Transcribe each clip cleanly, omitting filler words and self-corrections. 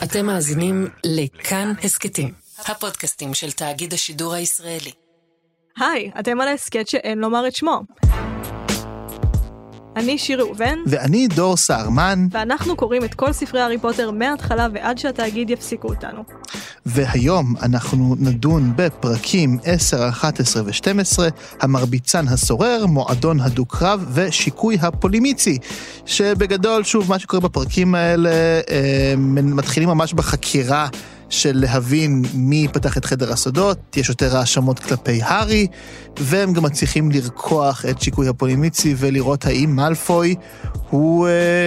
אתם מאזינים לכאן הסקטים, הפודקאסטים של תאגיד השידור הישראלי. היי, אתם על ההסקט שאין לומר את שמו. אני שיר ראובן. ואני דור סערמן. ואנחנו קוראים את כל ספרי הארי פוטר מההתחלה ועד שהתאגיד יפסיקו אותנו. והיום אנחנו נדון בפרקים 10, 11 ו-12, המרביצן הסורר, מועדון הדו-קרב ושיקוי הפולימיצי, שבגדול, שוב, מה שקורה בפרקים האלה, מתחילים ממש בחקירה של להבין מי פתח את חדר הסודות, יש יותר האשמות כלפי הארי, והם גם מצליחים לרקוח את שיקוי הפולימיצי ולראות האם מאלפוי הוא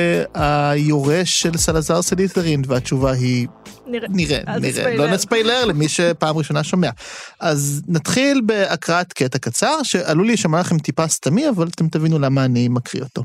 היורש של סלזר סלית'רין, והתשובה היא נראה, לא נספיילר למי שפעם ראשונה שומע. אז נתחיל בהקראת קטע קצר, שעלול להישמע לכם טיפה סתמי, אבל אתם תבינו למה אני מקריא אותו.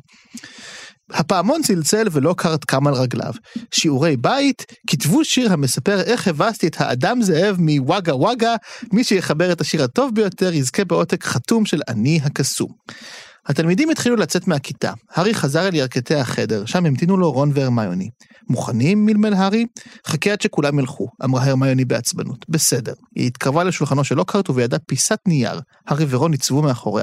הפעמון צלצל ולוקהרט קם על רגליו. שיעורי בית, כתבו שיר המספר איך הבסתי את האדם זאב מוואגה וואגה, מי שיחבר את השיר הטוב ביותר יזכה בעותק חתום של אני הקסום. התלמידים התחילו לצאת מהכיתה. הארי חזר אל ירכתי החדר, שם המתינו לו רון והרמיוני. מוכנים? מלמל הארי? חכה עד שכולם ילכו, אמרה הרמיוני בעצבנות. בסדר. היא התקרבה לשולחנו של לוקהרט ובידה פיסת נייר. הארי ורון ניצבו מאחוריה.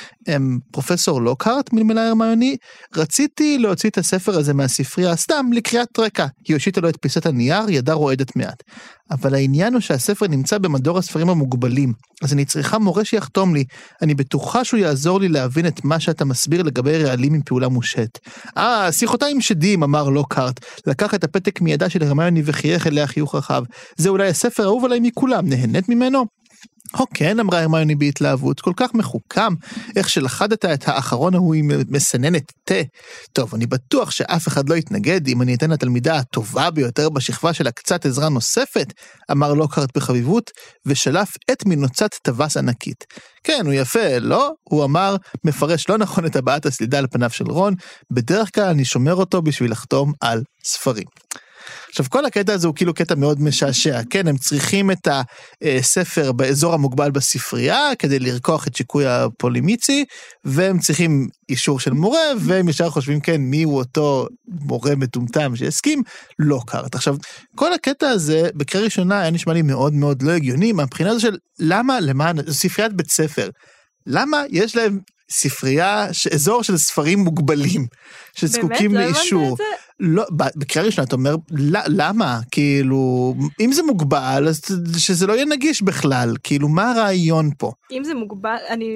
פרופסור לוקהרט? מלמלה הרמיוני? רציתי להוציא את הספר הזה מהספרייה סתם לקריאת רקע. היא הושיטה לו את פיסת הנייר, ידה רועדת מעט. אבל העניין הוא שהספר נמצא במדור הספרים המוגבלים, אז אני צריכה מורה שיחתום לי. אני בטוחה שהוא יעזור לי להבין את מה שאתה מסביר לגבי רעלים עם פעולה מושת. שיחותיי עם שדים, אמר לוקהרט, לקח את הפתק מידה של הרמיוני וחייך אליה חיוך רחב. זה אולי הספר האהוב עליי מכולם, נהנית ממנו? כן, אמרה הרמיוני בהתלהבות, כל כך מחוכם, איך שלחדת את האחרון ההוא עם מסננת תה. טוב, אני בטוח שאף אחד לא יתנגד אם אני אתן לתלמידה הטובה ביותר בשכבה שלה קצת עזרה נוספת, אמר לוקהרט בחביבות, ושלף את מנוצת טווס ענקית. כן, הוא יפה, לא? הוא אמר, מפרש לא נכון את הבעת הסלידה על פניו של רון, בדרך כלל אני שומר אותו בשביל לחתום על ספרים. עכשיו, כל הקטע הזה הוא כאילו קטע מאוד משעשע, כן, הם צריכים את הספר באזור המוגבל בספרייה, כדי לרקוח את שיקוי הפולימיצי, והם צריכים אישור של מורה, והם ישר חושבים, כן, מי הוא אותו מורה מטומטם שיסכים? לוקהרט. עכשיו, כל הקטע הזה, בקריאה ראשונה, היה נשמע לי מאוד מאוד לא הגיוני, מהבחינה הזו של למה, למען, ספריית בית ספר, למה יש להם ספרייה, אזור של ספרים מוגבלים, שזקוקים לאישור. לא, בקריאה ראשונה אתה אומר, למה? כאילו, אם זה מוגבל, אז שזה לא יהיה נגיש בכלל, כאילו, מה הרעיון פה? אם זה מוגבל,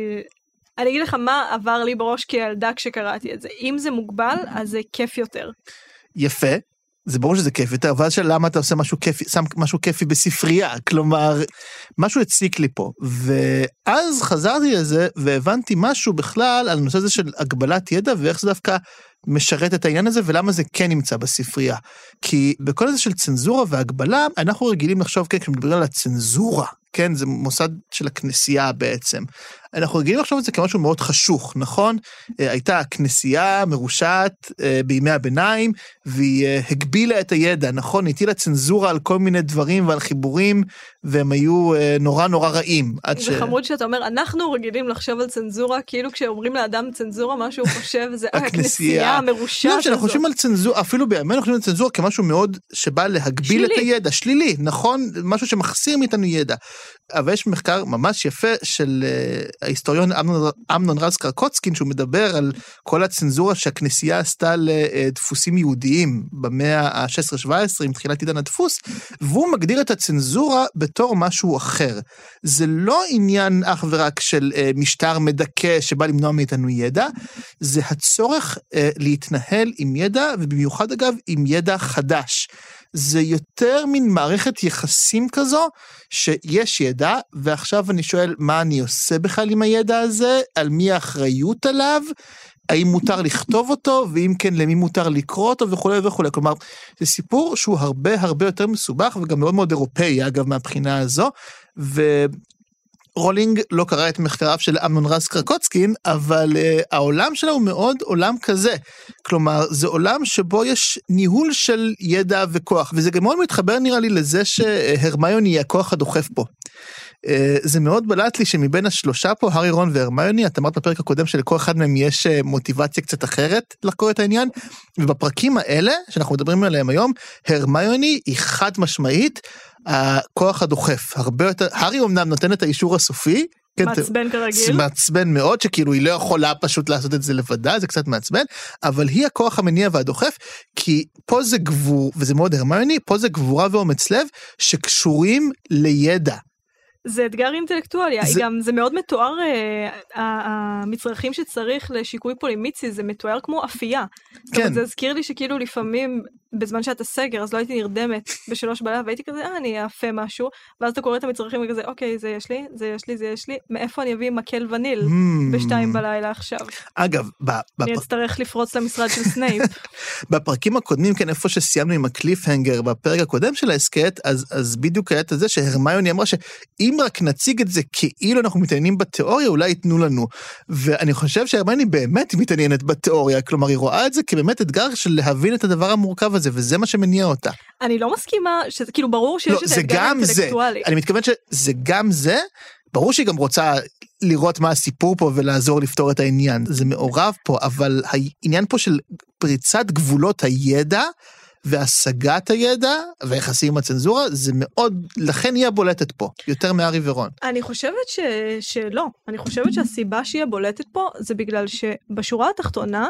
אני אגיד לך מה עבר לי בראש כילדה כשקראתי את זה. אם זה מוגבל, אז זה כיף יותר. יפה. זה ברור שזה כיף יותר, אבל שאלה למה אתה עושה משהו כיפי, שם משהו כיפי בספרייה, כלומר, משהו הציק לי פה, ואז חזרתי לזה, והבנתי משהו בכלל על הנושא הזה של הגבלת ידע, ואיך זה דווקא משרת את העניין הזה, ולמה זה כן נמצא בספרייה. כי בכל הזה של צנזורה והגבלה, אנחנו רגילים לחשוב, כן, כשמדברים על הצנזורה, כן, זה מוסד של הכנסייה בעצם. אנחנו רגילים לחשוב את זה כמשהו מאוד חשוך, נכון? הייתה כנסייה מרושעת בימי הביניים, והיא הגבילה את הידע, נכון? הטילה צנזורה על כל מיני דברים ועל חיבורים, והם היו נורא נורא רעים. זה חמוד שאתה אומר, אנחנו רגילים לחשוב על צנזורה, כאילו כשאומרים לאדם צנזורה, מה שהוא חושב זה הכנסייה המרושעת הזאת. לא, שאנחנו חושבים על צנזורה, אפילו בימינו אנחנו חושבים על צנזורה כמשהו מאוד שבא להגביל את הידע, שלילי, נכון? משהו שמחסיר מאיתנו ידע. אבל יש מחקר ממש יפה של ההיסטוריון אמנון רז קרקוצקין, שהוא מדבר על כל הצנזורה שהכנסייה עשתה לדפוסים יהודיים במאה ה-16-17 עם תחילת עידן הדפוס, והוא מגדיר את הצנזורה בתור משהו אחר. זה לא עניין אך ורק של משטר מדכא שבא למנוע מאיתנו ידע, זה הצורך להתנהל עם ידע, ובמיוחד אגב עם ידע חדש. זה יותר מן מערכת יחסים כזו, שיש ידע, ועכשיו אני שואל מה אני עושה בכלל עם הידע הזה, על מי האחריות עליו, האם מותר לכתוב אותו, ואם כן למי מותר לקרוא אותו וכו' וכו'. כלומר, זה סיפור שהוא הרבה הרבה יותר מסובך, וגם מאוד מאוד אירופאי, אגב, מהבחינה הזו, רולינג לא קרא את מחקריו של אמנון רז קרקוצקין, אבל העולם שלה הוא מאוד עולם כזה. כלומר, זה עולם שבו יש ניהול של ידע וכוח, וזה גם מאוד מתחבר נראה לי לזה שהרמיוני היא הכוח הדוחף פה. זה מאוד בלט לי שמבין השלושה פה, הארי, רון והרמיוני, את אמרת בפרק הקודם שלכל אחד מהם יש מוטיבציה קצת אחרת לחקור את העניין, ובפרקים האלה, שאנחנו מדברים עליהם היום, הרמיוני היא חד משמעית, הכוח הדוחף, הרבה יותר, הארי אמנם נותן את האישור הסופי, מעצבן כרגיל. מעצבן מאוד, שכאילו היא לא יכולה פשוט לעשות את זה לבדה, זה קצת מעצבן, אבל היא הכוח המניע והדוחף, כי פה זה גבור, וזה מאוד הרמיוני, פה זה גבורה ואומץ לב, שקשורים לידע. זה אתגר אינטלקטואלי, זה מאוד מתואר, המצרכים שצריך לשיקוי פולימיצי, זה מתואר כמו אפייה. זאת אומרת, זה הזכיר לי שכאילו לפעמים, בזמן שאתה סגר, אז לא הייתי נרדמת ב3 בלילה, והייתי כזה, אני אאפה משהו, ואז אתה קורא את המצרכים וכזה, אוקיי, זה יש לי, זה יש לי, זה יש לי, מאיפה אני אביא מקל וניל ב2 בלילה עכשיו? אגב, אני אצטרך לפרוץ למשרד של סנייפ. בפרקים הקודמים, כן, איפה שסיימנו עם הקליפהנגר, בפרק הקודם של העסקת, אז בדיוק היה את זה שהרמיוני אמרה שאם רק נציג את זה כאילו אנחנו מתעניינים בתיאוריה, אולי ייתנו לנו. ואני חושב שהרמיוני באמת מתעניינת בתיאוריה, כלומר, היא רואה את זה כבאמת אתגר של להבין את הדבר המורכב הזה, וזה מה שמניע אותה. אני לא מסכימה, שזה כאילו ברור שיש את האתגר האינטלקטואלי. אני מתכוון שזה גם זה, ברור שהיא גם רוצה לראות מה הסיפור פה ולעזור לפתור את העניין. זה מעורב פה, אבל העניין פה של פריצת גבולות הידע והשגת הידע והיחסים עם הצנזורה, זה מאוד, לכן היא הבולטת פה, יותר מהארי ורון. אני חושבת שלא. אני חושבת שהסיבה שהיא הבולטת פה, זה בגלל שבשורה התחתונה,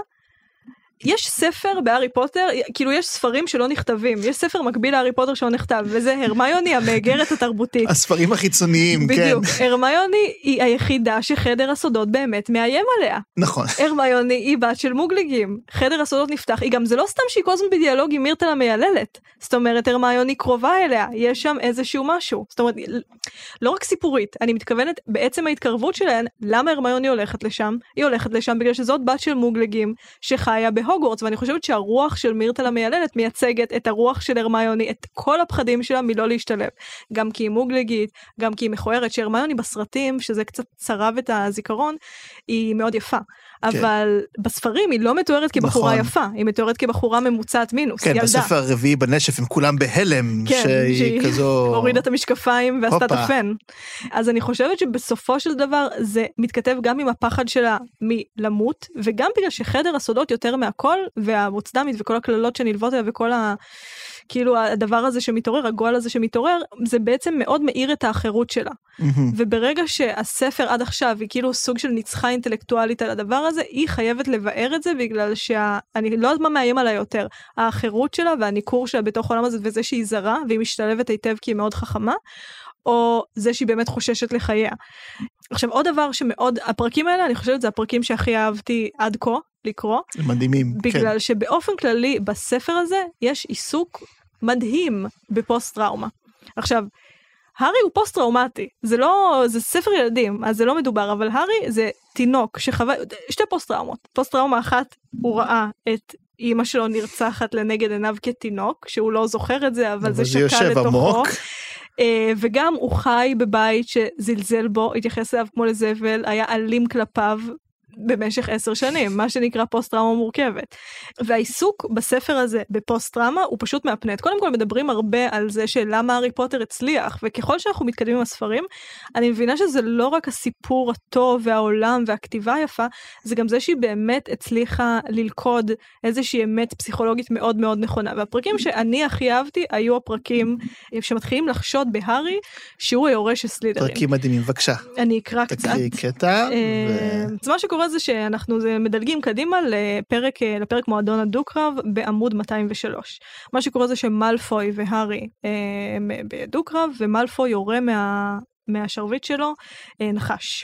יש ספר בהארי פוטר, כאילו יש ספרים שלא נכתבים, יש ספר מקביל להארי פוטר שלא נכתב, וזה הרמיוני המאגרת התרבותית. הספרים החיצוניים, כן. בדיוק, הרמיוני היא היחידה שחדר הסודות באמת מאיים עליה. נכון. הרמיוני היא בת של מוגלגים, חדר הסודות נפתח, היא גם זה לא סתם שהיא כל הזמן בדיאלוג עם מירטל המייללת, זאת אומרת הרמיוני קרובה אליה, יש שם איזשהו משהו, זאת אומרת, לא רק סיפורית, אני מתכוונת בעצם ההתקרבות שלהן, למה הרמיוני הולכת לשם? היא הולכת לשם בגלל שזאת בת של מוגלגים שחיה בהוגוורטס, ואני חושבת שהרוח של מירטל המייללת מייצגת את הרוח של הרמיוני, את כל הפחדים שלה מלא להשתלב. גם כי היא מוגלגית, גם כי היא מכוערת, שהרמיוני בסרטים, שזה קצת צרב את הזיכרון, היא מאוד יפה. אבל בספרים היא לא מתוארת כבחורה יפה, היא מתוארת כבחורה ממוצעת מינוס, ילדה. כן, בספר הרביעי בנשף הם כולם בהלם, שהיא כזו... הורידה את המשקפיים ועשתה את הפן. אז אני חושבת שבסופו של דבר זה מתכתב גם עם הפחד שלה מלמות, וגם בגלל שחדר הסודות יותר מהכל, והמוצדמית וכל הכללות שנלוות אליה וכל כאילו הדבר הזה שמתעורר, הגועל הזה שמתעורר, זה בעצם מאוד מאיר את האחרות שלה. וברגע שהספר עד עכשיו היא כאילו סוג של ניצחה אינטלקטואלית על הדבר הזה, היא חייבת לבאר את זה בגלל אני לא יודעת מה מאיים עליה יותר, האחרות שלה והניכור שלה בתוך העולם הזה, וזה שהיא זרה, והיא משתלבת היטב כי היא מאוד חכמה, או זה שהיא באמת חוששת לחייה. עכשיו עוד דבר שמאוד, הפרקים האלה אני חושבת זה הפרקים שהכי אהבתי עד כה לקרוא. מדהימים. בגלל שבאופן כללי בספר הזה יש עיסוק מדהים בפוסט טראומה. עכשיו, הארי הוא פוסט טראומטי, זה ספר ילדים, אז זה לא מדובר, אבל הארי זה תינוק שחווה, שתי פוסט טראומות. פוסט טראומה אחת, הוא ראה את אמא שלו נרצחת לנגד עיניו כתינוק, שהוא לא זוכר את זה, אבל זה שקע לתוכו. וגם הוא חי בבית שזלזל בו, התייחס אליו כמו לזבל, היה אלים כלפיו במשך 10 שנים, מה שנקרא פוסט-טראומה מורכבת. והעיסוק בספר הזה בפוסט-טראומה הוא פשוט מהפנט. קודם כל מדברים הרבה על זה שלמה הארי פוטר הצליח, וככל שאנחנו מתקדמים עם הספרים, אני מבינה שזה לא רק הסיפור הטוב והעולם והכתיבה היפה, זה גם זה שהיא באמת הצליחה ללכוד איזושהי אמת פסיכולוגית מאוד מאוד נכונה. והפרקים שאני הכי אהבתי היו הפרקים שמתחילים לחשוד בהארי שהוא היורש של סלידרין. פרקים מדהימים, בבקשה. אני אקרא קצת. תקריא קטע. מה שקורה זה שאנחנו מדלגים קדימה לפרק מועדון הדו-קרב בעמוד 203. מה שקורה זה שמלפוי והארי בדו-קרב, ומלפוי יורה מהשרביט שלו נחש.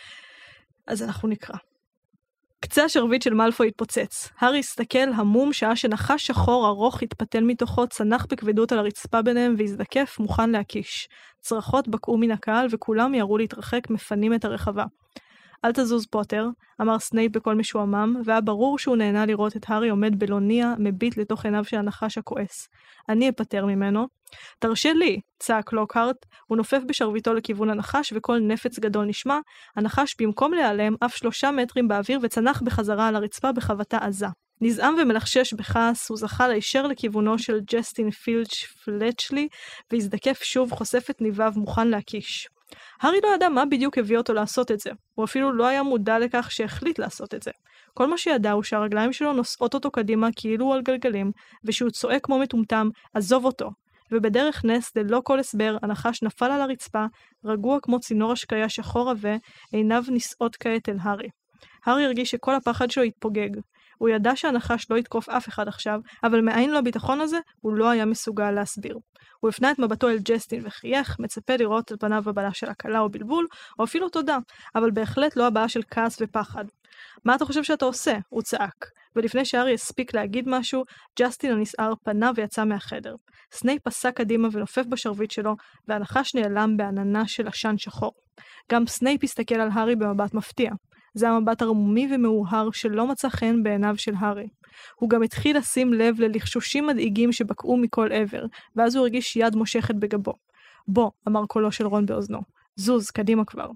אז אנחנו נקרא. קצה השרביט של מלפוי התפוצץ. הארי הסתכל המום שעה שנחש שחור ארוך התפתל מתוכו, צנח בכבדות על הרצפה ביניהם והזדקף מוכן להקיש. צרחות בקעו מן הקהל וכולם ירו להתרחק מפנים את הרחבה. אל תזוז פוטר, אמר סנייפ בקול משועמם, והיה ברור שהוא נהנה לראות את הארי עומד בלוניה, מביט לתוך עיניו של הנחש הכועס. אני אפטר ממנו. תרשה לי, צעק לוקהרט, הוא נופף בשרביטו לכיוון הנחש, וכל נפץ גדול נשמע. הנחש במקום להיעלם, אף 3 מטרים באוויר וצנח בחזרה על הרצפה בחבטה עזה. נזעם ומלחשש בכעס, הוא זכה להישר לכיוונו של ג'סטין פילץ' פלצ'לי, והזדקף שוב חושף את ניביו מוכן להקיש. הארי לא ידע מה בדיוק הביא אותו לעשות את זה, הוא אפילו לא היה מודע לכך שהחליט לעשות את זה. כל מה שידע הוא שהרגליים שלו נושאות אותו קדימה כאילו על גלגלים, ושהוא צועק כמו מטומטם, עזוב אותו. ובדרך נס, ללא כל הסבר, הנחש נפל על הרצפה, רגוע כמו צינור השקיה שחור עבה, עיניו נישאות כעת אל הארי. הארי הרגיש שכל הפחד שלו התפוגג. הוא ידע שהנחש לא יתקוף אף אחד עכשיו, אבל מאין לו הביטחון הזה, הוא לא היה מסוגל להסביר. הוא הפנה את מבטו אל ג'סטין וחייך, מצפה לראות על פניו הבעה של הקלה או בלבול, או אפילו תודה, אבל בהחלט לא הבעה של כעס ופחד. מה אתה חושב שאתה עושה? הוא צעק. ולפני שהארי הספיק להגיד משהו, ג'סטין הנסער פנה ויצא מהחדר. סנייפ פסק קדימה ונופף בשרביט שלו, והנחש נעלם בעננה של עשן שחור. גם סנייפ הסתכל על הארי במבט מפתיע. זה המבט ערמומי ומאוהר שלא מצא חן בעיניו של הארי. הוא גם התחיל לשים לב ללחשושים מדאיגים שבקעו מכל עבר, ואז הוא הרגיש יד מושכת בגבו. בוא, אמר קולו של רון באוזנו. זוז, קדימה כבר.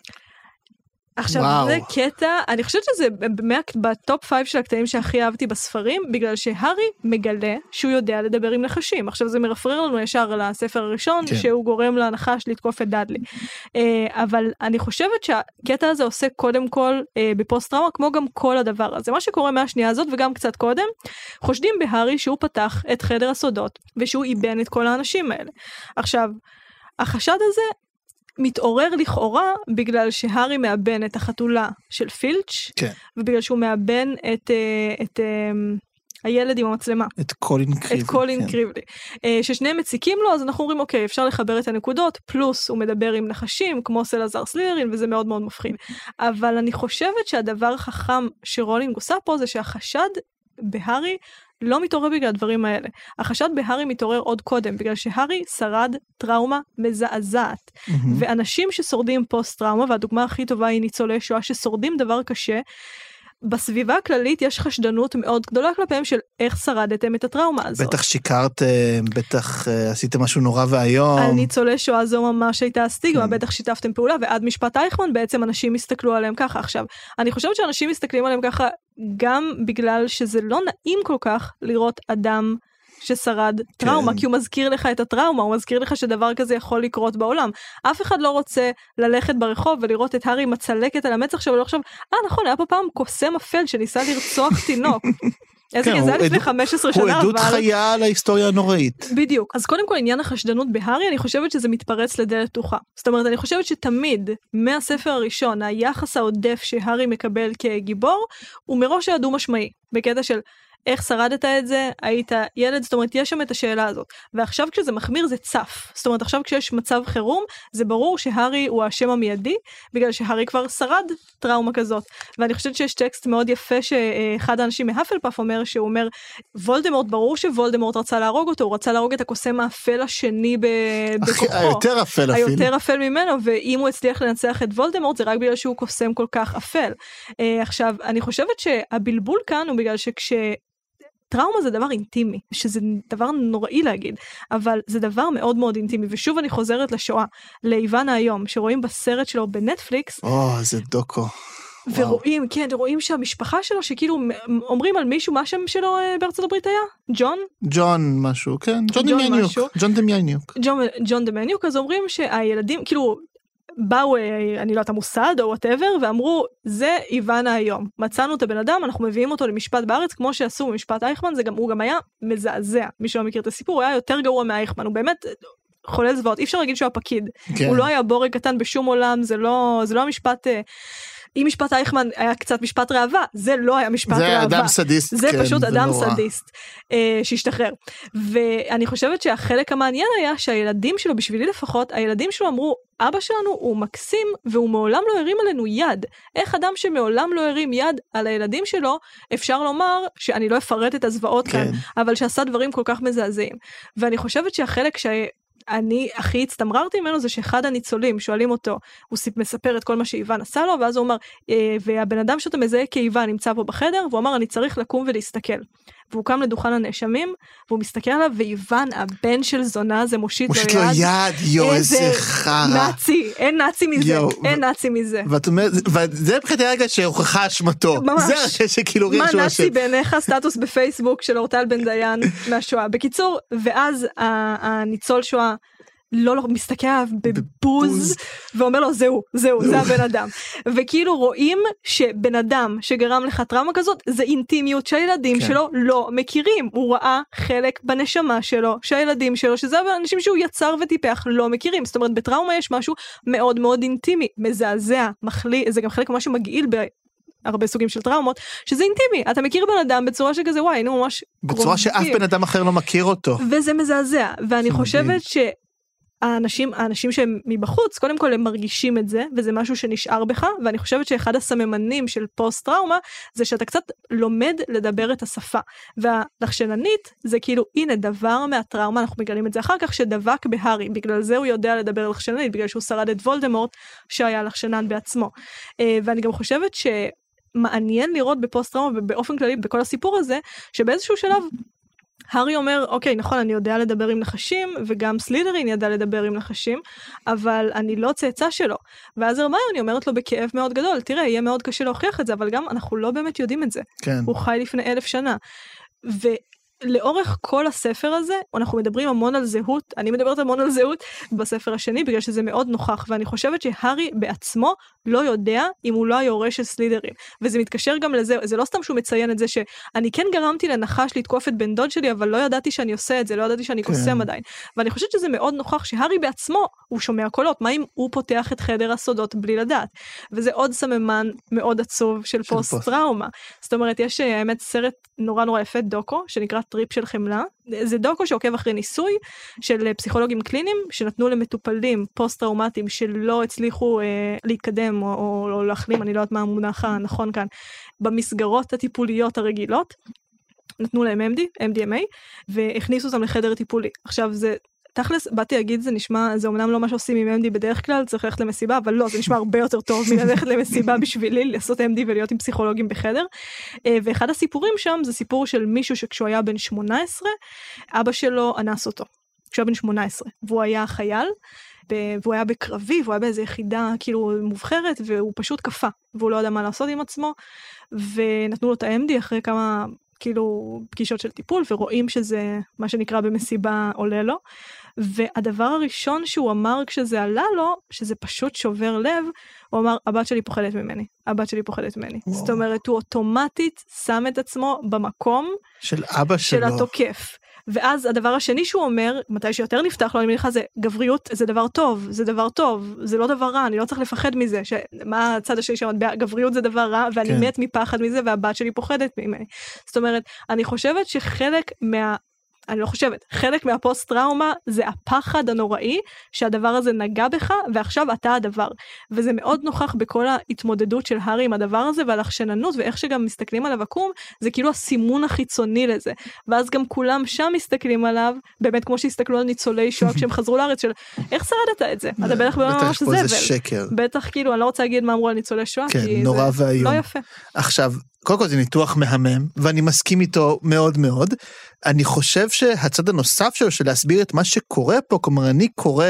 עכשיו, זה קטע, אני חושבת שזה בטופ 5 של הקטעים שהכי אהבתי בספרים, בגלל שהארי מגלה שהוא יודע לדבר עם נחשים. עכשיו, זה מרפרר לנו ישר לספר הראשון, שהוא גורם לנחש לתקוף את דאדלי. אבל אני חושבת שהקטע הזה עושה קודם כל בפוסט-טראומה, כמו גם כל הדבר הזה. מה שקורה מהשנייה הזאת, וגם קצת קודם, חושדים בהארי שהוא פתח את חדר הסודות, ושהוא איבן את כל האנשים האלה. עכשיו, החשד הזה מתעורר לכאורה בגלל שהארי מאבן את החתולה של פילץ', כן. ובגלל שהוא מאבן את הילד עם המצלמה. את קולין קריבלי. את קולין קריבלי. ששניהם מציקים לו, אז אנחנו אומרים, אוקיי, אפשר לחבר את הנקודות, פלוס הוא מדבר עם נחשים, כמו סלאזר סלית'רין, וזה מאוד מאוד מפחיד. אבל אני חושבת שהדבר החכם שרולינג עושה פה, זה שהחשד בהארי לא מתעורר בגלל הדברים האלה. החשד בהארי מתעורר עוד קודם, בגלל שהארי שרד טראומה מזעזעת. ואנשים ששורדים פוסט-טראומה, והדוגמה הכי טובה היא ניצולי שואה ששורדים דבר קשה, בסביבה הכללית יש חשדנות מאוד גדולה כלפיהם של איך שרדתם את הטראומה הזאת. בטח שיקרתם, בטח עשיתם משהו נורא והיום. על ניצולי שואה זו ממש הייתה הסטיגמה, בטח שיתפתם פעולה, ועד משפט אייכמן בעצם אנשים הסתכלו עליהם ככה. עכשיו, אני חושבת שאנשים מסתכלים עליהם ככה, גם בגלל שזה לא נעים כל כך לראות אדם ששרד טראומה, כי הוא מזכיר לך את הטראומה, הוא מזכיר לך שדבר כזה יכול לקרות בעולם. אף אחד לא רוצה ללכת ברחוב ולראות את הארי מצלקת על המצח שלו, ולא חושב, נכון, היה פה פעם קוסם אפל שניסה לרצוח תינוק. איזה גזע לפני 15 שנה, הוא עדות חיה על ההיסטוריה הנוראית. בדיוק. אז קודם כל, עניין החשדנות בהארי, אני חושבת שזה מתפרץ לדלת פתוחה. זאת אומרת, אני חושבת שתמיד, מהספר הראשון, היחס העודף שהארי מקבל כגיבור, הוא מראש היה דו-משמעי, בקטע של איך שרדת את זה, היית ילד, זאת אומרת, יש שם את השאלה הזאת. ועכשיו כשזה מחמיר זה צף. זאת אומרת, עכשיו כשיש מצב חירום, זה ברור שהארי הוא השם המיידי, בגלל שהארי כבר שרד טראומה כזאת. ואני חושבת שיש טקסט מאוד יפה שאחד האנשים מהפלפאף אומר, שהוא אומר, וולדמורט, ברור שוולדמורט רצה להרוג אותו, הוא רצה להרוג את הקוסם האפל השני בכוחו. היותר אפל אפילו. היותר אפל ממנו, ואם הוא הצליח לנצח את וולדמורט, זה רק בגלל שהוא קוסם כל כך אפל. עכשיו, אני חושבת שהבלבול כאן הוא בגלל טראומה זה דבר אינטימי, שזה דבר נוראי להגיד, אבל זה דבר מאוד מאוד אינטימי, ושוב אני חוזרת לשואה, לאיוון היום, שרואים בסרט שלו בנטפליקס, זה דוקו. ורואים, כן, רואים שהמשפחה שלו, שכאילו אומרים על מישהו, מה השם שלו בארצות הברית היה? ג'ון משהו, כן, ג'ון דמניוק, אז אומרים שהילדים, כאילו, באו, אני לא יודעת, המוסד או whatever, ואמרו, זה איוון היום. מצאנו את הבן אדם, אנחנו מביאים אותו למשפט בארץ, כמו שעשו במשפט אייכמן, הוא גם היה מזעזע. מי שלא מכיר את הסיפור, הוא היה יותר גרוע מאייכמן, הוא באמת חולל זוועות, אי אפשר להגיד שהוא הפקיד. כן. הוא לא היה בורג קטן בשום עולם, זה לא המשפט... אם משפט אייכמן היה קצת משפט ראווה, זה לא היה משפט ראווה. זה אדם סדיסט. זה כן, פשוט אדם סדיסט שהשתחרר. ואני חושבת שהחלק המעניין היה שהילדים שלו, בשבילי לפחות, הילדים שלו אמרו, אבא שלנו הוא מקסים, והוא מעולם לא הרים עלינו יד. איך אדם שמעולם לא הרים יד על הילדים שלו, אפשר לומר, שאני לא אפרט את הזוועות כאן, אבל שעשה דברים כל כך מזעזעים. ואני חושבת שהחלק אני הכי הצטמררתי ממנו זה שאחד הניצולים שואלים אותו, הוא מספר את כל מה שאיוון עשה לו, ואז הוא אומר, והבן אדם שאתה מזהה כאיוון נמצא פה בחדר, והוא אמר, אני צריך לקום ולהסתכל. והוא קם לדוכן הנאשמים, והוא מסתכל עליו, ואיוון, הבן של זונה, זה מושיט לו יד. איזה חרה. נאצי, אין נאצי מזה, אין נאצי מזה. וזה מבחינת הרגע שהוכחה אשמתו. ממש. זה הרגע שכאילו ריח שהוא מה נאצי בעיניך סטטוס בפייסבוק של אורטל בן דיין מהשואה. בקיצור, ואז הניצול שואה לא מסתכל עליו בבוז, ואומר לו זהו, זה הבן אדם. וכאילו רואים שבן אדם שגרם לך טראומה כזאת, זה אינטימיות שהילדים שלו לא מכירים. הוא ראה חלק בנשמה שלו, שהילדים שלו, שזה האנשים שהוא יצר וטיפח, לא מכירים. זאת אומרת, בטראומה יש משהו מאוד מאוד אינטימי, מזעזע, זה גם חלק משהו מגעיל הרבה סוגים של טראומות, שזה אינטימי. אתה מכיר בן אדם בצורה שכזה, וואי, נו, ממש בצורה שאף בן אדם אחר לא מכיר אותו. וזה מזעזע. ואני חושבת האנשים שהם מבחוץ, קודם כל הם מרגישים את זה, וזה משהו שנשאר בך, ואני חושבת שאחד הסממנים של פוסט-טראומה, זה שאתה קצת לומד לדבר את השפה, והלחשננית זה כאילו, הנה דבר מהטראומה, אנחנו מגלים את זה אחר כך, שדבק בהרי, בגלל זה הוא יודע לדבר לחשננית, בגלל שהוא שרד את וולדמורט, שהיה לחשנן בעצמו. ואני גם חושבת שמעניין לראות בפוסט-טראומה, ובאופן כללי, בכל הסיפור הזה, שבאיזשהו שלב, הארי אומר, אוקיי, נכון, אני יודע לדבר עם נחשים, וגם סלידרין ידע לדבר עם נחשים, אבל אני לא צאצא שלו. ואז הרמיוני אומרת לו בכאב מאוד גדול, תראה, יהיה מאוד קשה להוכיח את זה, אבל גם אנחנו לא באמת יודעים את זה. כן. הוא חי לפני 1000 שנה. לאורך כל הספר הזה, אנחנו מדברים המון על זהות, אני מדברת המון על זהות בספר השני, בגלל שזה מאוד נוכח, ואני חושבת שהארי בעצמו לא יודע אם הוא לא היורש של סלידרין, וזה מתקשר גם לזה, זה לא סתם שהוא מציין את זה שאני כן גרמתי לנחש לתקוף את בן דוד שלי, אבל לא ידעתי שאני עושה את זה, לא ידעתי שאני קוסם עדיין, ואני חושבת שזה מאוד נוכח שהארי בעצמו, הוא שומע קולות, מה אם הוא פותח את חדר הסודות בלי לדעת, וזה עוד סממן מאוד עצוב של פוסט-טראומה, זאת אומרת, יש האמת סרט נורא נורא יפה, דוקו, שנקרא טריפ של חמלה, זה דוקו שעוקב אחרי ניסוי של פסיכולוגים קליניים, שנתנו למטופלים פוסט-טראומטיים שלא הצליחו להתקדם או להחלים, אני לא יודעת מה המונח הנכון כאן, במסגרות הטיפוליות הרגילות, נתנו להם MDMA, והכניסו אותם לחדר טיפולי. עכשיו זה תכלס, באתי להגיד, זה אומנם לא מה שעושים עם MD בדרך כלל, צריך ללכת למסיבה, אבל לא, זה נשמע הרבה יותר טוב מללכת למסיבה בשבילי, לעשות MD ולהיות עם פסיכולוגים בחדר. ואחד הסיפורים שם, זה סיפור של מישהו שכשהוא היה בן 18, אבא שלו אנס אותו. כשהוא היה בן 18, והוא היה חייל, והוא היה בקרבי, והוא היה באיזו יחידה כאילו מובחרת, והוא פשוט קפה, והוא לא יודע מה לעשות עם עצמו, ונתנו לו את ה-MD אחרי כמה כאילו פגישות של טיפול, ורואים שזה מה שנקרא במסיבה עולה לו, והדבר הראשון שהוא אמר כשזה עלה לו, שזה פשוט שובר לב, הוא אמר, הבת שלי פוחדת ממני, הבת שלי פוחדת ממני. וואו. זאת אומרת, הוא אוטומטית שם את עצמו במקום של אבא שלו. של התוקף. ואז הדבר השני שהוא אומר, מתי שיותר נפתח לו, אני מניחה, זה גבריות, זה דבר טוב, זה דבר טוב, זה לא דבר רע, אני לא צריך לפחד מזה, מה הצד השני שאומרת, גבריות זה דבר רע, ואני מת מפחד מזה, והבת שלי פוחדת ממני. זאת אומרת, אני חושבת שחלק חלק מהפוסט-טראומה זה הפחד הנוראי שהדבר הזה נגע בך ועכשיו אתה הדבר. וזה מאוד נוכח בכל ההתמודדות של הארי עם הדבר הזה ועל החשננות ואיך שגם מסתכלים עליו עקום, זה כאילו הסימון החיצוני לזה. ואז גם כולם שם מסתכלים עליו, באמת כמו שהסתכלו על ניצולי שואה כשהם חזרו לארץ של איך שרדת את זה? אתה בטח ממש זבל. בטח כאילו, אני לא רוצה להגיד מה אמרו על ניצולי שואה, כי זה לא יפה. עכשיו, קודם כל זה ניתוח מהמם, ואני מסכים איתו מאוד מאוד. אני חושב שהצד הנוסף שלו, של להסביר את מה שקורה פה, כלומר, אני קורא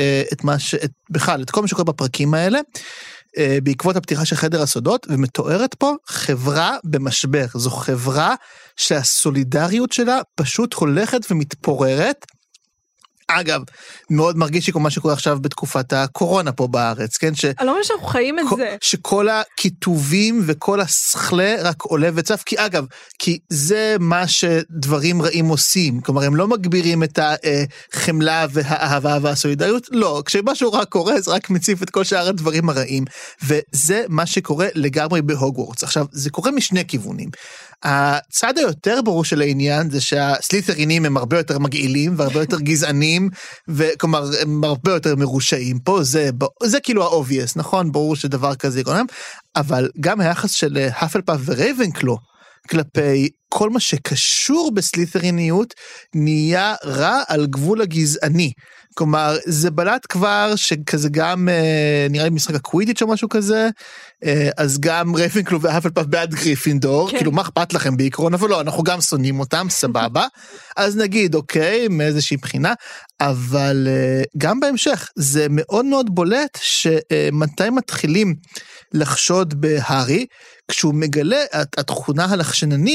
בכלל, את כל מה שקורה בפרקים האלה, בעקבות הפתיחה של חדר הסודות, ומתוארת פה חברה במשבר. זו חברה שהסולידריות שלה פשוט הולכת ומתפוררת, אגב, מאוד מרגיש לי כמו מה שקורה עכשיו בתקופת הקורונה פה בארץ, כן? אני לא אומר שאנחנו חיים את זה. שכל הכיתובים וכל השכלה רק עולה וצף, כי אגב, כי זה מה שדברים רעים עושים, כלומר, הם לא מגבירים את החמלה והאהבה והסולידריות, לא, כשמשהו רק קורה, זה רק מציף את כל שאר הדברים הרעים, וזה מה שקורה לגמרי בהוגוורטס. עכשיו, זה קורה משני כיוונים. הצד היותר ברור של העניין זה שהסלית'רינים הם הרבה יותר מגעילים והרבה יותר גזענים, וכלומר הם הרבה יותר מרושעים פה, זה כאילו האובייס, נכון? ברור שדבר כזה יקונם, אבל גם היחס של האפלפאף ורייבנקלו כלפי כל מה שקשור בסלית'ריניות נהיה רע על גבול הגזעני. כלומר, זה בלט כבר שכזה גם, נראה לי משחק הקווידיץ' או משהו כזה, אז גם רייבנקלו והאפלפאף בעד גריפינדור, כאילו מה אכפת לכם בעיקרון, אבל לא, אנחנו גם שונאים אותם, סבבה, אז נגיד, אוקיי, מאיזושהי בחינה, אבל גם בהמשך, זה מאוד מאוד בולט שמתי מתחילים לחשוד בהארי, כשהוא מגלה, התכונה הלחשננית, כן,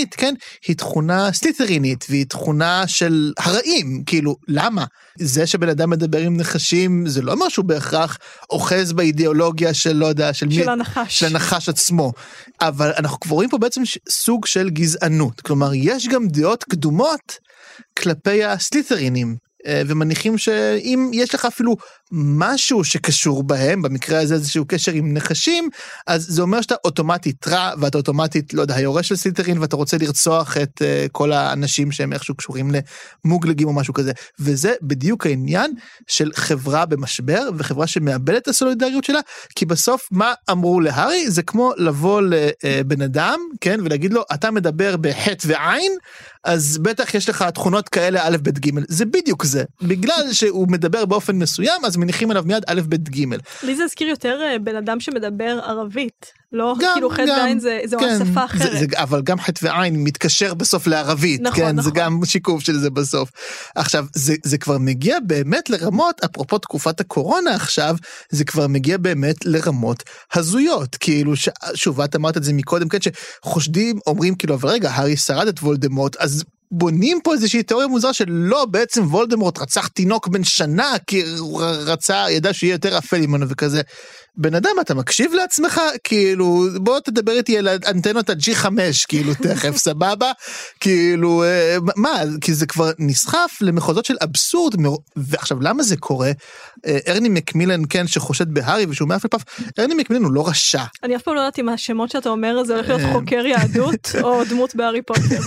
היא תכונה סלית'רינית, והיא תכונה של הרעים, כאילו, למה? זה שבן אדם מדבר עם נחשים, זה לא אומר שהוא בהכרח אוחז באידיאולוגיה של, לא יודע, של הנחש. של הנחש עצמו, אבל אנחנו כבר רואים פה בעצם סוג של גזענות, כלומר, יש גם דעות קדומות כלפי הסלית'רינים, ומניחים שאם יש לך אפילו משהו שקשור בהם, במקרה הזה איזשהו קשר עם נחשים, אז זה אומר שאתה אוטומטית רע, ואתה אוטומטית, לא יודע, היורש של סלית'רין, ואתה רוצה לרצוח את כל האנשים שהם איכשהו קשורים למוגלגים או משהו כזה, וזה בדיוק העניין של חברה במשבר, וחברה שמאבדת את הסולידריות שלה, כי בסוף מה אמרו להרי, זה כמו לבוא לבן אדם, כן, ולהגיד לו, אתה מדבר בחטא ועין, אז בטח יש לך תכונות כאלה א' ב' ג', זה בדיוק זה, בגלל שהוא מדבר באופן מסוים, אז מניחים עליו מיד א' ב' ג'. לי זה הזכיר יותר בן אדם שמדבר ערבית, לא כאילו חטא ועין זה כן, שפה אחרת. אבל גם חטא ועין מתקשר בסוף לערבית, נכון, כן, נכון. זה גם שיקוף של זה בסוף. עכשיו, זה כבר מגיע באמת לרמות, אפרופו תקופת הקורונה עכשיו, זה כבר מגיע באמת לרמות הזויות, כאילו, שוב, את אמרת את זה מקודם, כן, שחושדים, אומרים כאילו, אבל רגע, הארי שרד את וולדמורט, אז בונים פה איזושהי תיאוריה מוזרה שלא, בעצם וולדמורט רצח תינוק בן שנה, כי הוא רצה, ידע שיהיה יותר אפל ממנו וכזה. בן אדם, אתה מקשיב לעצמך? כאילו, בוא תדבר איתי על אנטנות ה-G5, כאילו, תכף, סבבה? כאילו, מה? כי זה כבר נסחף למחוזות של אבסורד, ועכשיו, למה זה קורה? ארני מקמילן, כן, שחושד בהארי, ושהוא מאף לפף, ארני מקמילן הוא לא רשע. אני אף פעם לא יודעת אם השמות שאתה אומר, זה הולך להיות חוקר יהדות, או דמות בהארי פוטר.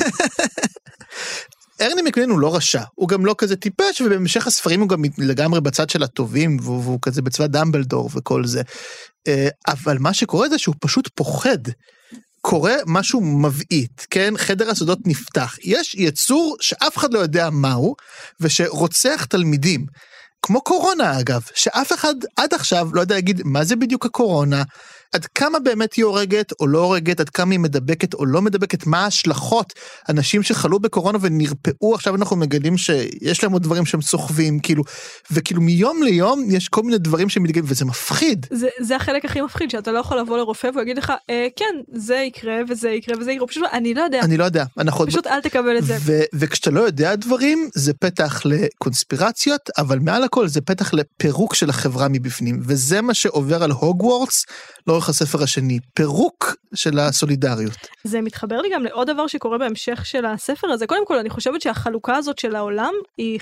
ארני מקמילן הוא לא רשע, הוא גם לא כזה טיפש, ובמשך הספרים הוא גם לגמרי בצד של הטובים, והוא כזה בצבא דמבלדור וכל זה. אבל מה שקורה זה שהוא פשוט פוחד. קורה משהו מבעית, כן? חדר הסודות נפתח. יש יצור שאף אחד לא יודע מהו, ושרוצח תלמידים. כמו קורונה אגב, שאף אחד עד עכשיו לא יודע להגיד מה זה בדיוק הקורונה, עד כמה באמת היא הורגת או לא הורגת, עד כמה היא מדבקת או לא מדבקת, מה ההשלכות, אנשים שחלו בקורונה ונרפאו, עכשיו אנחנו מגלים שיש להם עוד דברים שהם סוחבים, כאילו, וכאילו מיום ליום יש כל מיני דברים שמתגלים, וזה מפחיד. זה החלק הכי מפחיד, שאתה לא יכול לבוא לרופא והוא יגיד לך, כן, זה יקרה וזה יקרה וזה יקרה, פשוט אני לא יודע. אני לא יודע. פשוט אל תקבל את זה. וכשאתה לא יודע דברים, זה פתח לקונספירציות, אבל מעל הכל זה פתח לפירוק של החברה מבפנים, וזה מה שעובר על הוגוורטס, לאורך הספר השני, פירוק של הסולידריות. זה מתחבר לי גם לעוד דבר שקורה בהמשך של הספר הזה. קודם כל, אני חושבת שהחלוקה הזאת של העולם, היא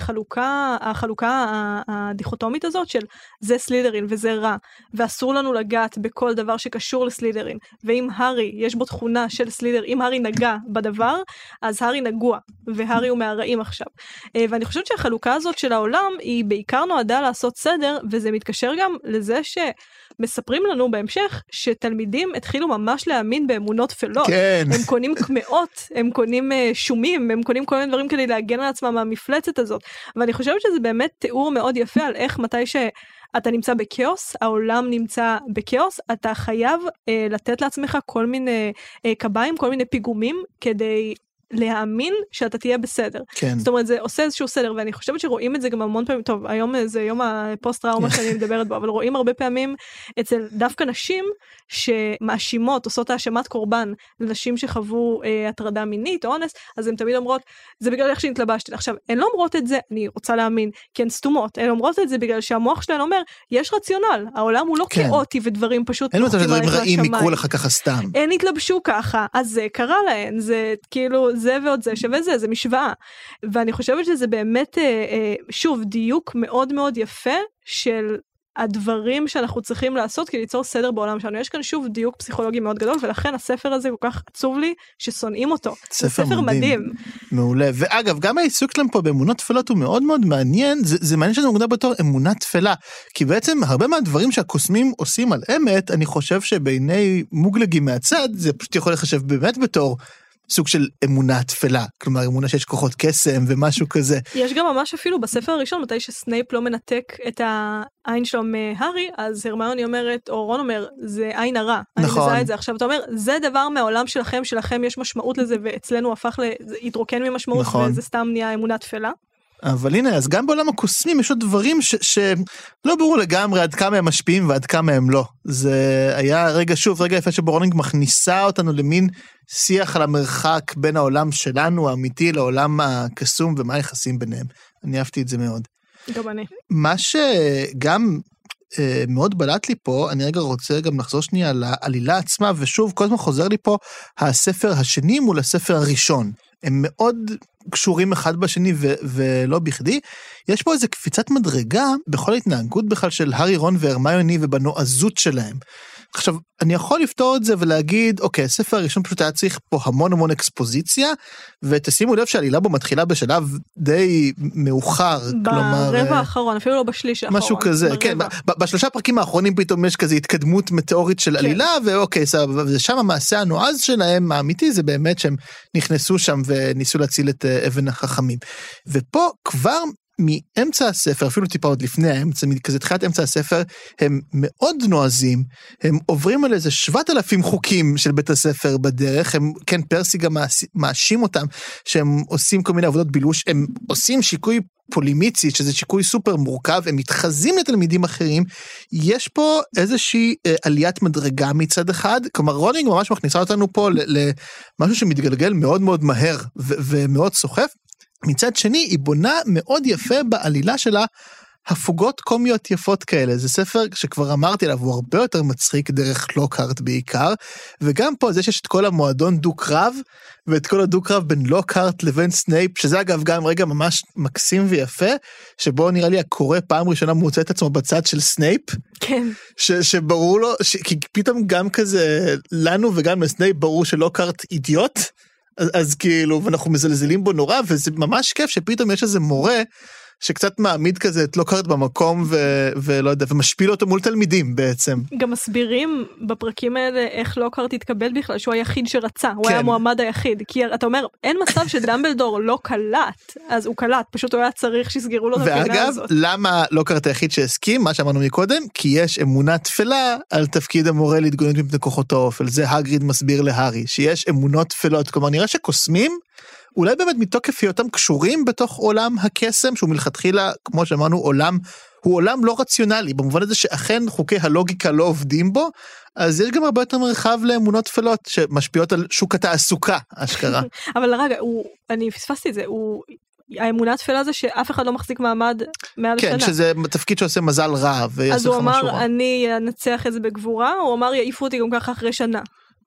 החלוקה הדיכוטומית הזאת של זה סלידרין וזה רע, ואסור לנו לגעת בכל דבר שקשור לסלידרין. ואם הארי, יש בו תכונה של סלידר, אם הארי נגע בדבר, אז הארי נגוע, והארי הוא מהרעים עכשיו. ואני חושבת שהחלוקה הזאת של העולם, היא בעיקר נועדה לעשות סדר, וזה מתקשר גם לזה שמספרים לנו בהמשך, שתלמידים התחילו ממש להאמין באמונות תפלות. כן. הם קונים קמאות, הם קונים שומים, הם קונים כל מיני דברים כדי להגן על עצמם מהמפלצת הזאת. ואני חושבת שזה באמת תיאור מאוד יפה על איך מתי שאתה נמצא בקאוס, העולם נמצא בקאוס, אתה חייב לתת לעצמך כל מיני קביים, כל מיני פיגומים, כדי להאמין שאתה תהיה בסדר. כן. זאת אומרת, זה עושה איזשהו סדר, ואני חושבת שרואים את זה גם המון פעמים, טוב, היום זה יום הפוסט-טראומה שאני מדברת בו, אבל רואים הרבה פעמים אצל דווקא נשים שמאשימות, עושות האשמת קורבן לנשים שחוו הטרדה מינית או אונס, אז הן תמיד אומרות, זה בגלל איך שהתלבשתי. עכשיו, הן לא אומרות את זה, אני רוצה להאמין, כי הן סתומות, הן אומרות את זה בגלל שהמוח שלהן אומר, יש רציונל, העולם הוא לא כאוטי ודברים פשוט אין מצב שדברים רעים יקרו לך ככה סתם. הן התלבשו ככה, אז זה קרה להן, זה כאילו זה ועוד זה שווה זה משוואה. ואני חושבת שזה באמת, שוב, דיוק מאוד מאוד יפה של הדברים שאנחנו צריכים לעשות כדי ליצור סדר בעולם שלנו. יש כאן שוב דיוק פסיכולוגי מאוד גדול, ולכן הספר הזה כל כך עצוב לי ששונאים אותו. זה ספר מדהים. מעולה. ואגב, גם העיסוק שלהם פה באמונות תפלות הוא מאוד מאוד מעניין. זה מעניין שזה מוגדר בתור אמונה תפלה, כי בעצם הרבה מהדברים שהקוסמים עושים על אמת, אני חושב שבעיני מוגלגים מהצד, זה פשוט יכול לחשב באמת בתור סוג של אמונה תפלה, כלומר אמונה שיש כוחות קסם ומשהו כזה. יש גם ממש אפילו בספר הראשון, מתי שסנייפ לא מנתק את העין שלו מהארי, אז הרמיוני אומרת, או רון אומר, זה עין הרע. נכון. אני מזהה את זה. עכשיו אתה אומר, זה דבר מהעולם שלכם יש משמעות לזה, ואצלנו הפך התרוקן ממשמעות, נכון. וזה סתם נהיה אמונה תפלה. אבל הנה, אז גם בעולם הקוסמים יש עוד דברים שלא ברור לגמרי עד כמה הם משפיעים ועד כמה הם לא. זה היה רגע יפה שבו רולינג מכניסה אותנו למין שיח על המרחק בין העולם שלנו האמיתי לעולם הקסום ומה היחסים ביניהם. אני אהבתי את זה מאוד. גם אני. מה שגם מאוד בלט לי פה, אני רגע רוצה גם לחזור שנייה לעלילה עצמה, ושוב כל הזמן חוזר לי פה הספר השני מול הספר הראשון. הם מאוד קשורים אחד בשני ולא בכדי. יש פה איזו קפיצת מדרגה בכל ההתנהגות בכלל של הארי, רון והרמיוני ובנועזות שלהם. עכשיו, אני יכול לפתור את זה ולהגיד, אוקיי, הספר הראשון פשוט היה צריך פה המון אקספוזיציה, ותשימו לב שהעלילה בו מתחילה בשלב די מאוחר, כלומר... ברבע האחרון, אפילו לא בשליש האחרון. משהו כזה, כן, בשלושה פרקים האחרונים פתאום יש כזה התקדמות מטאורית של עלילה, ואוקיי, ושם המעשה הנועז שלהם, האמיתי, זה באמת שהם נכנסו שם וניסו להציל את אבן החכמים. ופה כבר... מאמצע הספר, אפילו טיפה עוד לפני האמצע, כזה תחילת אמצע הספר, הם מאוד נועזים, הם עוברים על איזה 7,000 חוקים של בית הספר בדרך, הם, כן, פרסי גם מאשים אותם, שהם עושים כל מיני עבודות בילוש, הם עושים שיקוי פולימיצי, שזה שיקוי סופר מורכב, הם מתחזים לתלמידים אחרים, יש פה איזושהי עליית מדרגה מצד אחד, כלומר רולינג ממש מכניסה אותנו פה למשהו שמתגלגל מאוד מאוד מהר ומאוד סוחף, מצד שני, היא בונה מאוד יפה בעלילה שלה, הפוגות קומיות יפות כאלה. זה ספר שכבר אמרתי עליו, הוא הרבה יותר מצחיק דרך לוקהרט בעיקר, וגם פה זה שיש את כל המועדון דו-קרב, ואת כל הדו-קרב בין לוקהרט לבין סנייפ, שזה אגב גם רגע ממש מקסים ויפה, שבו נראה לי הקורא פעם ראשונה מוצא את עצמו בצד של סנייפ, כן. שברור לו, כי פתאום גם כזה, לנו וגם לסנייפ ברור שלוקהרט אידיוט, אז כאילו, ואנחנו מזלזלים בו נורא, וזה ממש כיף שפתאום יש איזה מורה, שקצת מעמיד כזה את לוקהרט במקום, ולא יודע, ומשפיל אותו מול תלמידים בעצם. גם מסבירים בפרקים האלה, איך לוקהרט התקבל בכלל, שהוא היחיד שרצה, הוא היה המועמד היחיד, כי אתה אומר, אין מצב שדמבלדור לא קלט, אז הוא קלט, פשוט הוא היה צריך שיסגרו לו את הפינה הזאת. ואגב, למה לוקהרט היחיד שהסכים, מה שאמרנו מקודם, כי יש אמונה תפלה על תפקיד המורה להתגוננות מפני כוחות האופל, זה הגריד מסביר להארי, שיש אמונות תפלות, כלומר נראה שקוסמים, אולי באמת מתוקף היותם קשורים בתוך עולם הקסם, שהוא מלכתחילה, כמו שאמרנו, הוא עולם לא רציונלי, במובן הזה שאכן חוקי הלוגיקה לא עובדים בו, אז יש גם הרבה יותר מרחב לאמונות תפלות, שמשפיעות על שוק התעסוקה, אשכרה. אבל רגע, אני פספסתי את זה, האמונה התפלה זה שאף אחד לא מחזיק מעמד מעל שנה. כן, שזה תפקיד שעושה מזל רע, אז הוא אמר, אני אנצח את זה בגבורה, הוא אמר, יעיפו אותי גם ככה אחרי שנה.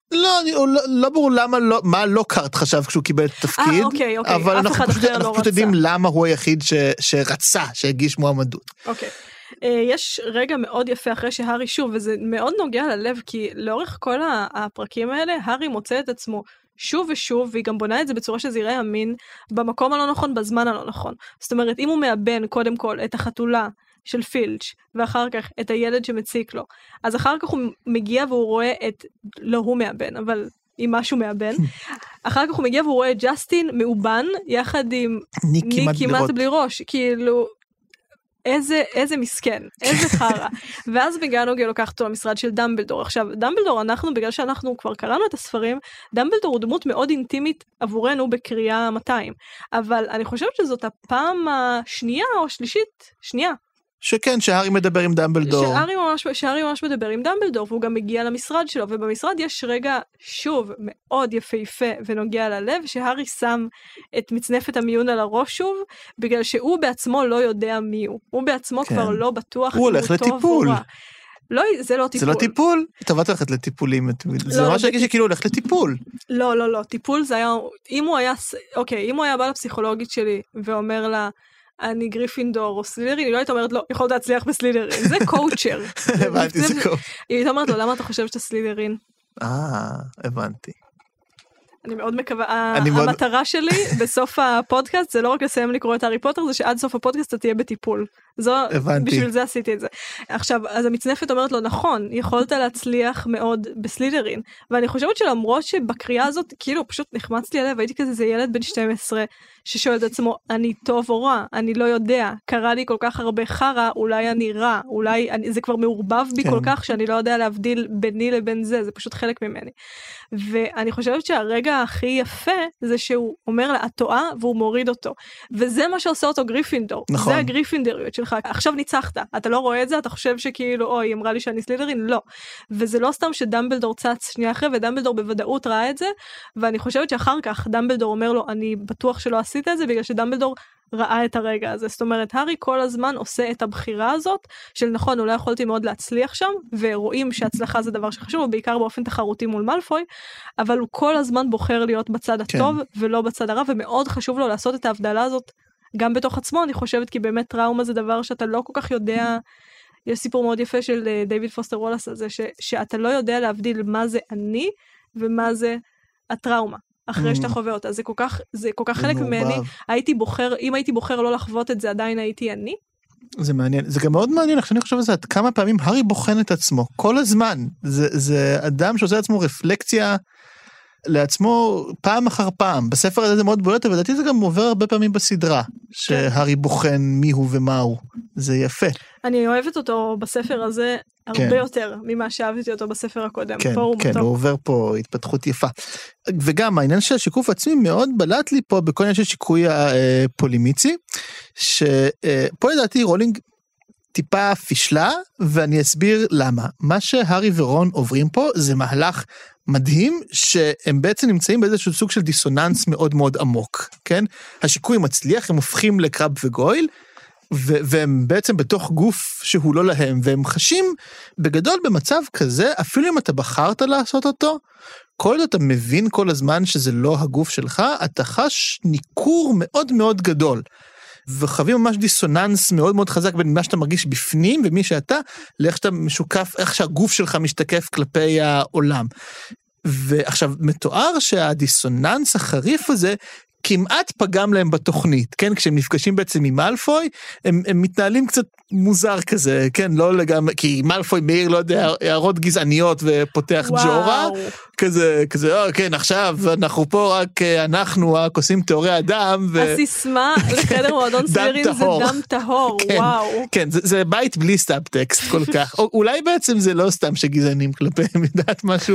לא ברור מה לוקהרט חשב כשהוא קיבל את התפקיד, אוקיי, אבל אנחנו פשוט יודעים למה הוא היחיד שרצה, שהגיש מועמדות. אוקיי. יש רגע מאוד יפה אחרי שהארי שוב, וזה מאוד נוגע ללב, כי לאורך כל הפרקים האלה, הארי מוצא את עצמו שוב ושוב, והיא גם בונה את זה בצורה שזה יראה אמין, במקום הלא נכון, בזמן הלא נכון. זאת אומרת, אם הוא מאבן קודם כל את החתולה, של פילץ', ואחר כך את הילד שמציק לו. אז אחר כך הוא מגיע והוא רואה את, לא הוא מאבן, אבל עם משהו מאבן. אחר כך הוא מגיע והוא רואה את ג'סטין מאובן, יחד עם ניק כמעט בלי ראש. כאילו, איזה מסכן, איזה חרה. ואז מגנוגל לוקח אותו למשרד של דמבלדור. עכשיו, דמבלדור, בגלל שאנחנו כבר קראנו את הספרים, דמבלדור הוא דמות מאוד אינטימית עבורנו בקריאה 200. אבל אני חושבת שזאת הפעם השנייה או השלישית, שנייה. שכן, שהארי מדבר עם דמבלדור. שהארי ממש מדבר עם דמבלדור, והוא גם מגיע למשרד שלו, ובמשרד יש רגע, שוב, מאוד יפהפה ונוגע ללב, שהארי שם את מצנפת המיון על הראש שוב, בגלל שהוא בעצמו לא יודע מי הוא. הוא בעצמו כבר לא בטוח. הוא הולך לטיפול. לא, זה לא טיפול. זה לא טיפול? טובת הולכת לטיפולים. זה ממש להגיד שכאילו הולך לטיפול. לא. טיפול זה היה, אם הוא היה בא לפסיכולוגית שלי, ואומר לה, אני גריפינדור או סלידרין, היא לא הייתה אומרת, לא, יכולת להצליח בסלידרין, זה קואוצ'ר. הבנתי, זה קואוצ'ר. היא הייתה אומרת לו, למה אתה חושב שאתה סלידרין? הבנתי. אני מאוד מקווה, המטרה שלי בסוף הפודקאסט, זה לא רק לסיים לקרוא את הארי פוטר, זה שעד סוף הפודקאסט אתה תהיה בטיפול. בשביל זה עשיתי את זה. עכשיו, אז המצנפת אומרת לו, נכון, יכולת להצליח מאוד בסלידרין, ואני חושבת שלמרות שבקריאה הזאת, כאילו פשוט נחמצתי עליה, והייתי כזה, זה ילד בן 12, ששואל את עצמו, אני טוב או רע, אני לא יודע, קרה לי כל כך הרבה חרא, אולי אני רע, זה כבר מעורבב בי כל כך, שאני לא יודע להבדיל ביני לבין זה פשוט חלק ממני. ואני חושבת שהרגע הכי יפה, זה שהוא אומר לה, את טועה, והוא מוריד אותו. וזה מה שעושה אותו גריפינדור. נכון. זה הגריפינדוריות שלך. עכשיו ניצחת, אתה לא רואה את זה, אתה חושב שכאילו, אוי, היא אמרה לי שאני סלידרין? לא. וזה לא סתם שדמבלדור צץ שנייה אחרי, ודמבלדור בוודאות ראה את זה, ואני חושבת שאחר כך דמבלדור אומר לו, אני בטוח שלא עשית את זה, בגלל שדמבלדור ראה את הרגע הזה. זאת אומרת, הארי כל הזמן עושה את הבחירה הזאת, של נכון, אולי יכולתי מאוד להצליח שם, ורואים שהצלחה זה דבר שחשוב, ובעיקר באופן תחרותי מול מאלפוי, אבל הוא כל הזמן בוחר להיות בצד הטוב, ולא בצד הרע, ומאוד חשוב לו לעשות את ההבדלה הזאת, גם בתוך עצמו, אני חושבת, כי באמת טראומה זה דבר שאתה לא כל כך יודע, יש סיפור מאוד יפה של דיוויד פוסטר וולאס הזה, שאתה לא יודע להבדיל מה זה אני, ומה זה הטראומה. אחרי שאתה חווה אותה, זה כל כך חלק ממני, אם הייתי בוחר לא לחוות את זה, עדיין הייתי אני. זה מעניין, זה גם מאוד מעניין, עכשיו אני חושב על זה, עד כמה פעמים הארי בוחן את עצמו, כל הזמן, זה אדם שעושה לעצמו רפלקציה, לעצמו פעם אחר פעם, בספר הזה זה מאוד בולט, אבל לדעתי זה גם עובר הרבה פעמים בסדרה, שהארי בוחן מי הוא ומה הוא, זה יפה. אני אוהבת אותו בספר הזה הרבה יותר ממה שאהבתי אותו בספר הקודם. כן, הוא עובר פה התפתחות יפה. וגם העניין של השיקוף עצמי מאוד בלט לי פה בכל עניין של שיקוי הפולימיצי, שפה לדעתי רולינג טיפה פישלה, ואני אסביר למה. מה שהארי ורון עוברים פה זה מהלך מדהים, שהם בעצם נמצאים באיזשהו סוג של דיסוננס מאוד מאוד עמוק, כן? השיקוי מצליח, הם הופכים לקרב וגויל, והם בעצם בתוך גוף שהוא לא להם, והם חשים בגדול במצב כזה, אפילו אם אתה בחרת לעשות אותו, כל עוד אתה מבין כל הזמן שזה לא הגוף שלך, אתה חש ניכור מאוד מאוד גדול, וחווים ממש דיסוננס מאוד מאוד חזק בין מה שאתה מרגיש בפנים ומי שאתה, לאיך שאתה משוקף, איך שהגוף שלך משתקף כלפי העולם. ועכשיו מתואר שהדיסוננס החריף הזה כמעט פגם להם בתוכנית, כן? כשהם נפגשים בעצם עם מאלפוי, הם מתנהלים קצת מוזר כזה, כן? לא לגמרי, כי מאלפוי מאיר, לא יודע, הערות גזעניות ופותח ג'ורה, כזה, כן, עכשיו אנחנו פה אנחנו רק עושים תיאורי אדם. הסיסמה לחדר מועדון סלידרין זה דם טהור, וואו. כן, זה בית בלי סאבטקסט כל כך. אולי בעצם זה לא סתם שגזענים כלפיהם, יודעת משהו,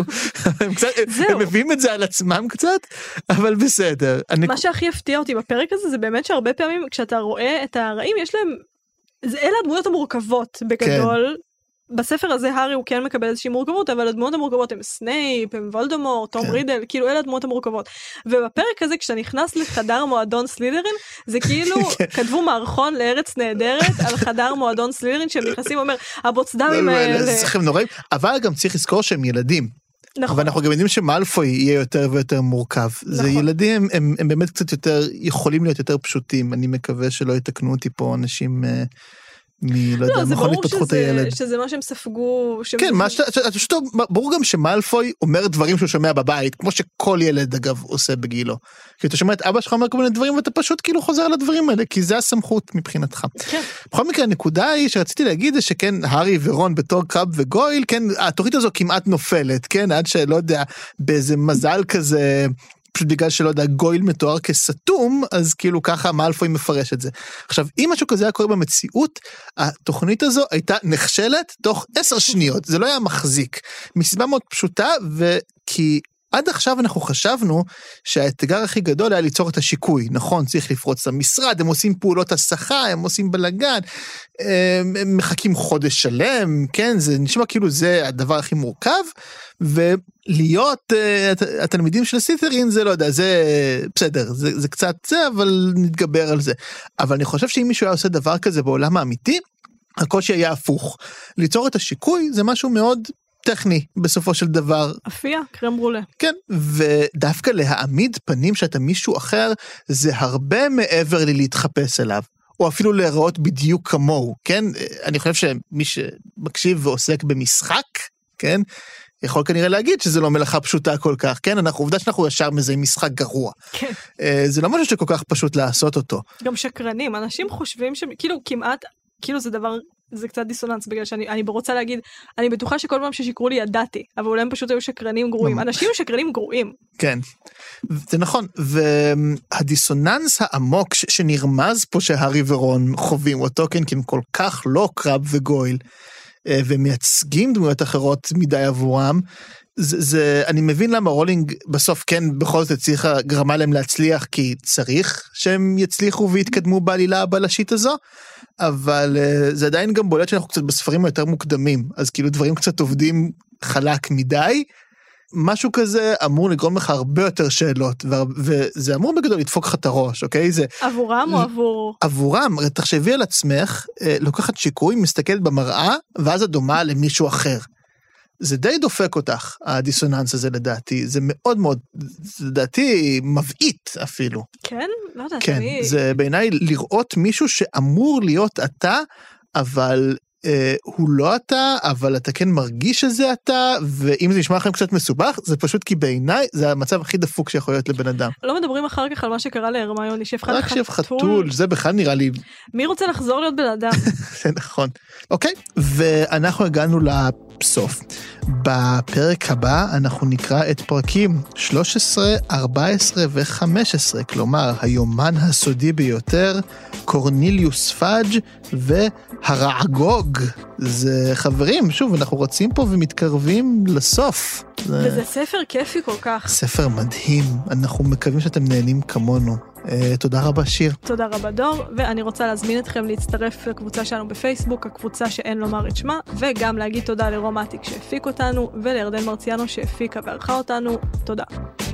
הם מביאים את זה על עצמם קצת, אבל בסדר. מה שהכי הפתיע אותי בפרק הזה, זה באמת שהרבה פעמים כשאתה רואה את הרעים, יש להם, אלה הדמויות המורכבות בגדול, בספר הזה הארי הוא כן מקבל איזושהי מורכבות, אבל הדמויות המורכבות הם סנייפ, הם וולדמורט, תום רידל, כאילו אלה הדמויות המורכבות. ובפרק הזה כשאתה נכנס לחדר מועדון סלידרין, זה כאילו כתבו מערכון לארץ נהדרת על חדר מועדון סלידרין, שהם נכנסים ואומר, הבוצדמים האלה. אבל גם צריך לזכור שהם ילדים. נכון. ואנחנו גם יודעים שמאלפוי יהיה יותר ויותר מורכב. נכון. זה ילדים, הם באמת קצת יותר, יכולים להיות יותר פשוטים. אני מקווה שלא יתקנו אותי פה אנשים לא יודע, מכון התפתחות הילד. שזה מה שהם ספגו. כן, ברור גם שמאלפוי אומר דברים שהוא שומע בבית, כמו שכל ילד אגב עושה בגילו. כי אתה שומע את אבא שלך אומר כל מיני דברים, ואתה פשוט כאילו חוזר לדברים האלה, כי זה הסמכות מבחינתך. כן. בכל מקרה, הנקודה היא שרציתי להגיד, זה שכן, הארי ורון בתור קרב וגויל, כן, התוכנית הזו כמעט נופלת, כן, עד שלא יודע, באיזה מזל כזה, פשוט בגלל שלא יודע, גויל מתואר כסתום, אז כאילו ככה מאלפוי מפרש את זה. עכשיו, אם משהו כזה היה קורה במציאות, התוכנית הזו הייתה נכשלת תוך 10 שניות, זה לא היה מחזיק, מסיבה מאוד פשוטה, וכי עד עכשיו אנחנו חשבנו שהאתגר הכי גדול היה ליצור את השיקוי, נכון, צריך לפרוץ את המשרד, הם עושים פעולות הסחה, הם עושים בלגן, הם מחכים חודש שלם, כן, זה נשמע כאילו זה הדבר הכי מורכב, ולהיות התלמידים של סלית'רין, זה לא יודע, זה בסדר, זה קצת זה, אבל נתגבר על זה. אבל אני חושב שאם מישהו היה עושה דבר כזה בעולם האמיתי, הקושי היה הפוך. ליצור את השיקוי זה משהו מאוד טכני בסופו של דבר. אפייה, קרם ברולה. כן, ודווקא להעמיד פנים שאתה מישהו אחר, זה הרבה מעבר לי להתחפש אליו. או אפילו להיראות בדיוק כמוהו, כן? אני חושב שמי שמקשיב ועוסק במשחק, כן? יכול כנראה להגיד שזה לא מלאכה פשוטה כל כך, כן? עובדה שאנחנו ישר מזהים משחק גרוע. כן. זה לא משהו שכל כך פשוט לעשות אותו. גם שקרנים, אנשים חושבים כאילו כמעט כאילו זה דבר, זה קצת דיסוננס, בגלל שאני רוצה להגיד, אני בטוחה שכל פעם ששיקרו לי ידעתי, אבל אולי הם פשוט היו שקרנים גרועים. אנשים שקרנים גרועים. כן, זה נכון, והדיסוננס העמוק שנרמז פה שהארי ורון חווים אותו, כן, כי הם כל כך לא קרב וגויל, ומייצגים דמויות אחרות מדי עבורם, אני מבין למה רולינג בסוף כן בכל זאת הצליחה גרמה להם להצליח, כי צריך שהם יצליחו והתקדמו בעלילה הבלשית הזו, אבל זה עדיין גם בולט שאנחנו קצת בספרים היותר מוקדמים, אז כאילו דברים קצת עובדים חלק מדי, משהו כזה אמור לגרום לך הרבה יותר שאלות, וזה אמור בגדול לדפוק לך את הראש, אוקיי? זה עבורם או עבור? עבורם, תחשבי על עצמך, לוקחת שיקוי, מסתכלת במראה, ואז את דומה למישהו אחר. זה די דופק אותך, הדיסוננס הזה לדעתי, זה מאוד מאוד, לדעתי מבעית אפילו. כן? לא יודעת. כן, זה בעיניי לראות מישהו שאמור להיות אתה, אבל הוא לא אתה, אבל אתה כן מרגיש שזה אתה, ואם זה נשמע לכם קצת מסובך, זה פשוט כי בעיניי זה המצב הכי דפוק שיכול להיות לבן אדם. לא מדברים אחר כך על מה שקרה להרמיוני, שהפכה חתול, זה בכלל נראה לי... מי רוצה לחזור להיות בן אדם? זה נכון. אוקיי, ואנחנו הגענו בסוף. בפרק הבא אנחנו נקרא את פרקים 13, 14 ו-15, כלומר היומן הסודי ביותר, קורניליוס פאג' והרעגוג. זה חברים, שוב, אנחנו רצים פה ומתקרבים לסוף. וזה ספר כיפי כל כך. ספר מדהים, אנחנו מקווים שאתם נהנים כמונו. תודה רבה שיר. תודה רבה דור, ואני רוצה להזמין אתכם להצטרף לקבוצה שלנו בפייסבוק, הקבוצה שאין לומר את שמה, וגם להגיד תודה לרומטיק שהפיק אותנו, ולירדן מרציאנו שהפיקה וערכה אותנו. תודה.